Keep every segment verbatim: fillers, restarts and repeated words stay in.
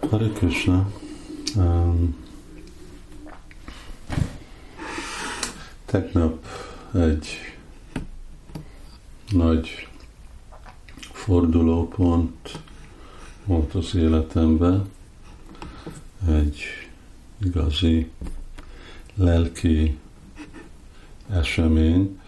Hare Krishna. Um, tegnap egy nagy fordulópont volt az életemben, egy igazi lelki esemény,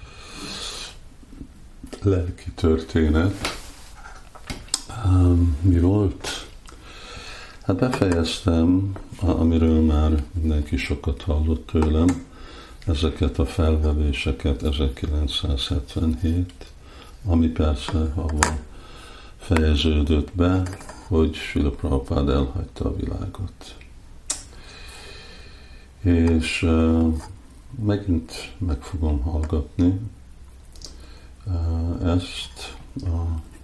lelki történet. Um, mi volt? Hát befejeztem, amiről már mindenki sokat hallott tőlem, ezeket a felvevéseket ezerkilencszázhetvenhét, ami persze avval fejeződött be, hogy Srila Prabhupád elhagyta a világot. És uh, megint meg fogom hallgatni uh, ezt a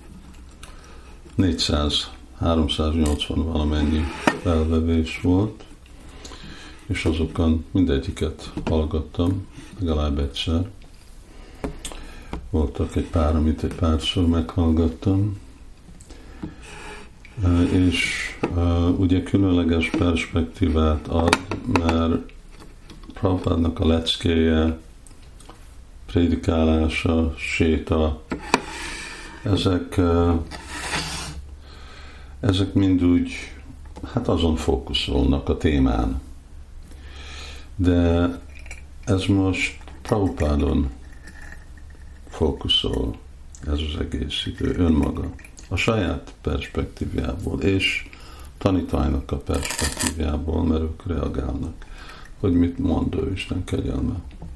négyszáz háromszáznyolcvan valamennyi felvevés volt, és azokon mindegyiket hallgattam, legalább egyszer. Voltak egy pár, amit egy párszor meghallgattam, és ugye különleges perspektívát ad, mert Prabhupádnak a leckéje, prédikálása, séta, ezek ezek mind úgy, hát azon fókuszolnak a témán. De ez most Prabhupádon fókuszol, ez az egész idő, önmaga, a saját perspektívából, és tanítványnak a perspektívából, mert ők reagálnak, hogy mit mond ő, Isten kegyelme.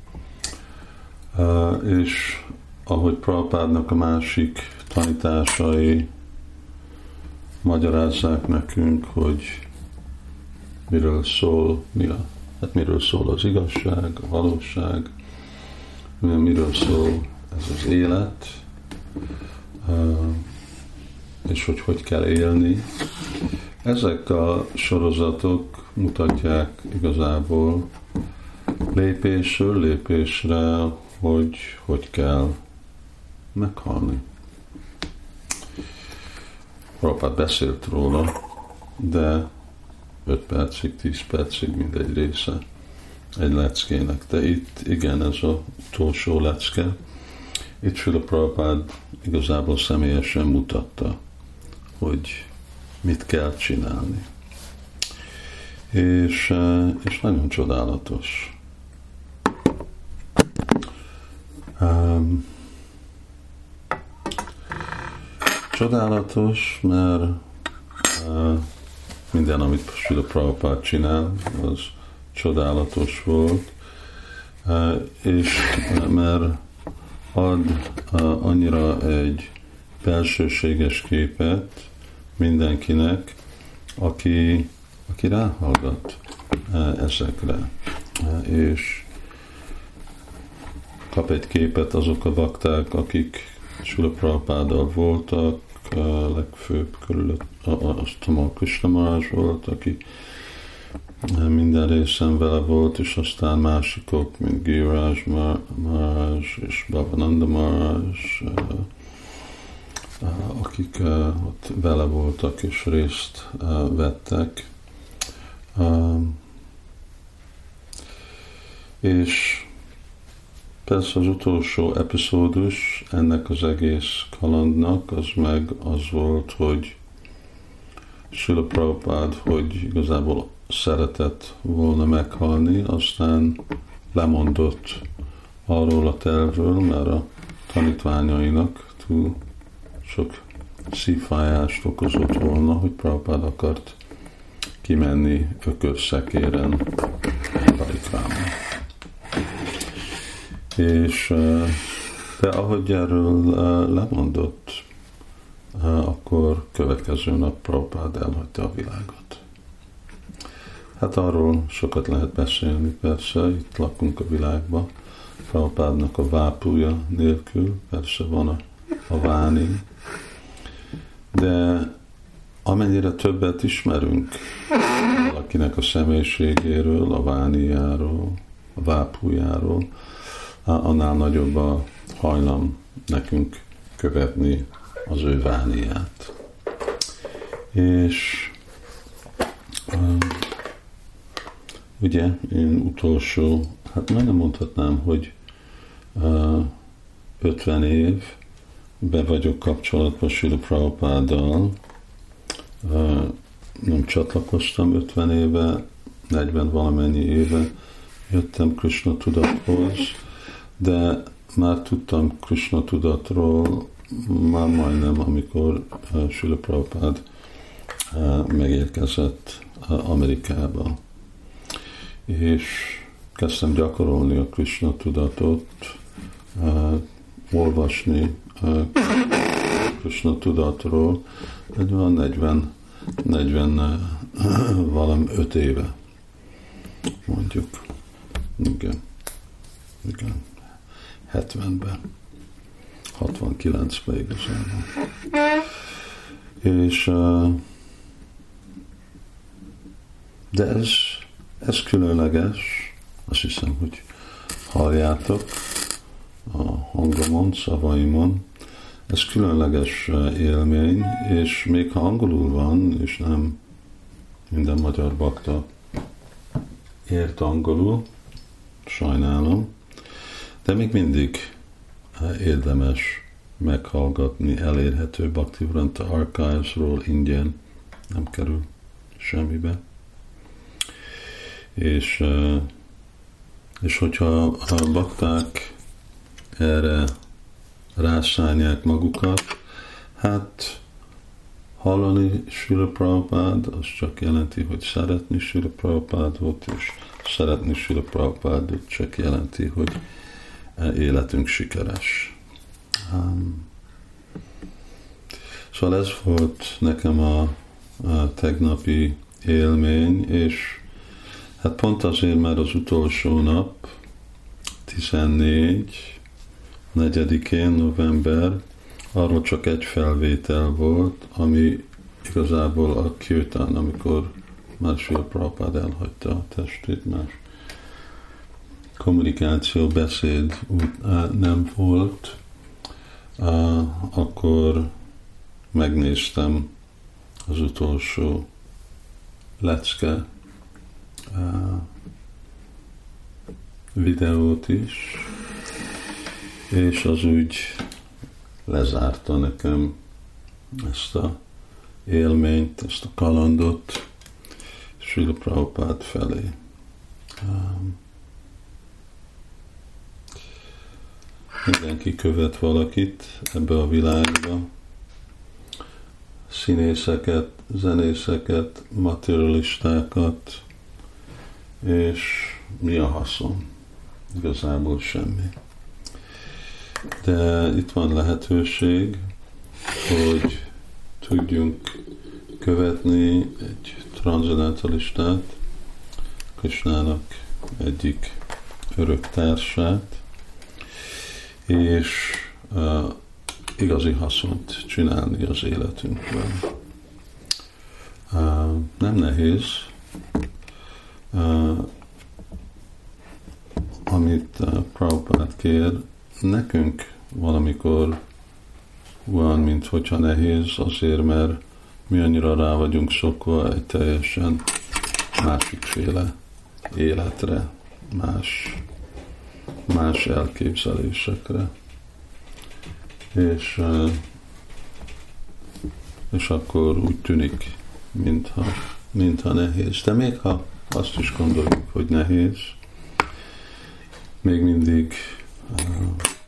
Uh, és ahogy Prabhupádnak a másik tanításai magyarázzák nekünk, hogy miről szól, mi a, hát miről szól az igazság, a valóság, miről szól ez az élet, és hogy hogy kell élni. Ezek a sorozatok mutatják igazából lépésről lépésre, hogy hogy kell meghalni. Prabhupád beszélt róla, de öt percig, tíz percig mindegy része egy leckének. De itt igen, ez az utolsó lecke. Itt Srila Prabhupád igazából személyesen mutatta, hogy mit kell csinálni. És, és nagyon csodálatos. Um, Csodálatos, mert uh, minden, amit Srila Prabhupád csinál, az csodálatos volt, uh, és uh, mert ad uh, annyira egy belsőséges képet mindenkinek, aki, aki ráhallgat uh, ezekre, uh, és kap egy képet azok a bakták, akik Srila Prabhupáddal voltak, a legfőbb körülött, azt a Krishna Maharaj volt, aki minden részen vele volt, és aztán másikok, mint Giriraj Maharaj és Bhavananda Maharaj, akik ott vele voltak és részt vettek. És persze az utolsó epizódus ennek az egész kalandnak, az meg az volt, hogy Srila Prabhupád, hogy igazából szeretett volna meghalni, aztán lemondott arról a tervről, mert a tanítványainak túl sok szívfájást okozott volna, hogy Prabhupád akart kimenni ökölszekéren Parikrámra. És de ahogy erről lemondott, akkor következő nap Prabhupád elhagyta a világot. Hát arról sokat lehet beszélni, persze, itt lakunk a világban, Prabhupádnak a vápúja nélkül, persze van a, a váni, de amennyire többet ismerünk valakinek a személyiségéről, a vániáról, a vápújáról, annál nagyobb a hajlam nekünk követni az ő vániát. És ugye én utolsó, hát majdnem mondhatnám, hogy uh, ötven év be vagyok kapcsolatban Srila Prabhupáddal. Uh, nem csatlakoztam ötven éve, negyven valamennyi éve jöttem Krishna tudathoz, de már tudtam Krishna tudatról már majdnem, amikor uh, Srila Prabhupád uh, megérkezett uh, Amerikába. És kezdtem gyakorolni a Krishna tudatot, uh, olvasni uh, Krishna tudatról, egy olyan negyven, negyven uh, valami öt éve, mondjuk. Igen. Igen. hetvenben. hatvankilencben igazából. És uh, de ez Ez különleges, azt hiszem, hogy halljátok a hangomon, szavaimon. Ez különleges élmény, és még ha angolul van, és nem minden magyar bakta ért angolul, sajnálom, de még mindig érdemes meghallgatni, elérhető Bhaktivedanta Archives-ról ingyen, nem kerül semmibe. És, és hogyha a bakták erre rászállják magukat, hát hallani Srila Prabhupád, az csak jelenti, hogy szeretni Srila Prabhupádot, és szeretni Srila Prabhupádot csak jelenti, hogy életünk sikeres. Um, szóval ez volt nekem a, a tegnapi élmény, és hát pont azért, mert az utolsó nap, tizennégy negyedikén november, arról csak egy felvétel volt, ami igazából a kirtán, amikor már Srila Prabhupád elhagyta a testét, más kommunikáció, beszéd nem volt, akkor megnéztem az utolsó lecke videót is, és az úgy lezárta nekem ezt a élményt, ezt a kalandot Srila Prabhupád felé. Mindenki követ valakit ebbe a világba, színészeket, zenészeket, materialistákat, és mi a haszon? Igazából semmi. De itt van lehetőség, hogy tudjunk követni egy transzendentalistát, Krishnának egyik örök társát, és uh, igazi haszont csinálni az életünkben. Uh, nem nehéz, uh, amit uh, Prabhupád kér, nekünk valamikor van, mint hogyha nehéz, azért, mert mi annyira rá vagyunk szokva egy teljesen másikféle életre, más, más elképzelésekre. És, uh, és akkor úgy tűnik, mintha, mintha nehéz. De még ha azt is gondoljuk, hogy nehéz, még mindig uh,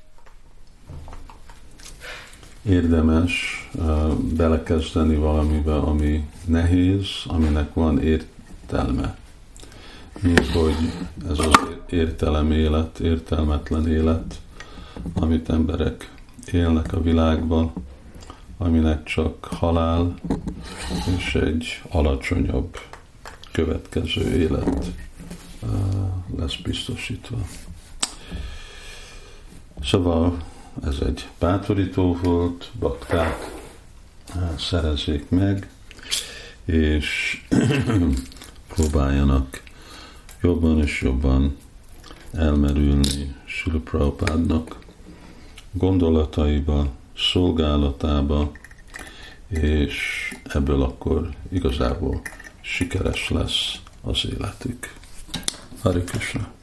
érdemes uh, belekezdeni valamibe, ami nehéz, aminek van értelme. Mint hogy ez az értelem élet, értelmetlen élet, amit emberek élnek a világban, aminek csak halál és egy alacsonyabb következő élet uh, lesz biztosítva. Szóval ez egy bátorító volt, bakták uh, szerezzék meg, és próbáljanak jobban és jobban elmerülni Srila Prabhupádnak gondolataiba, szolgálatába, és ebből akkor igazából sikeres lesz az életük. Hare Krishna.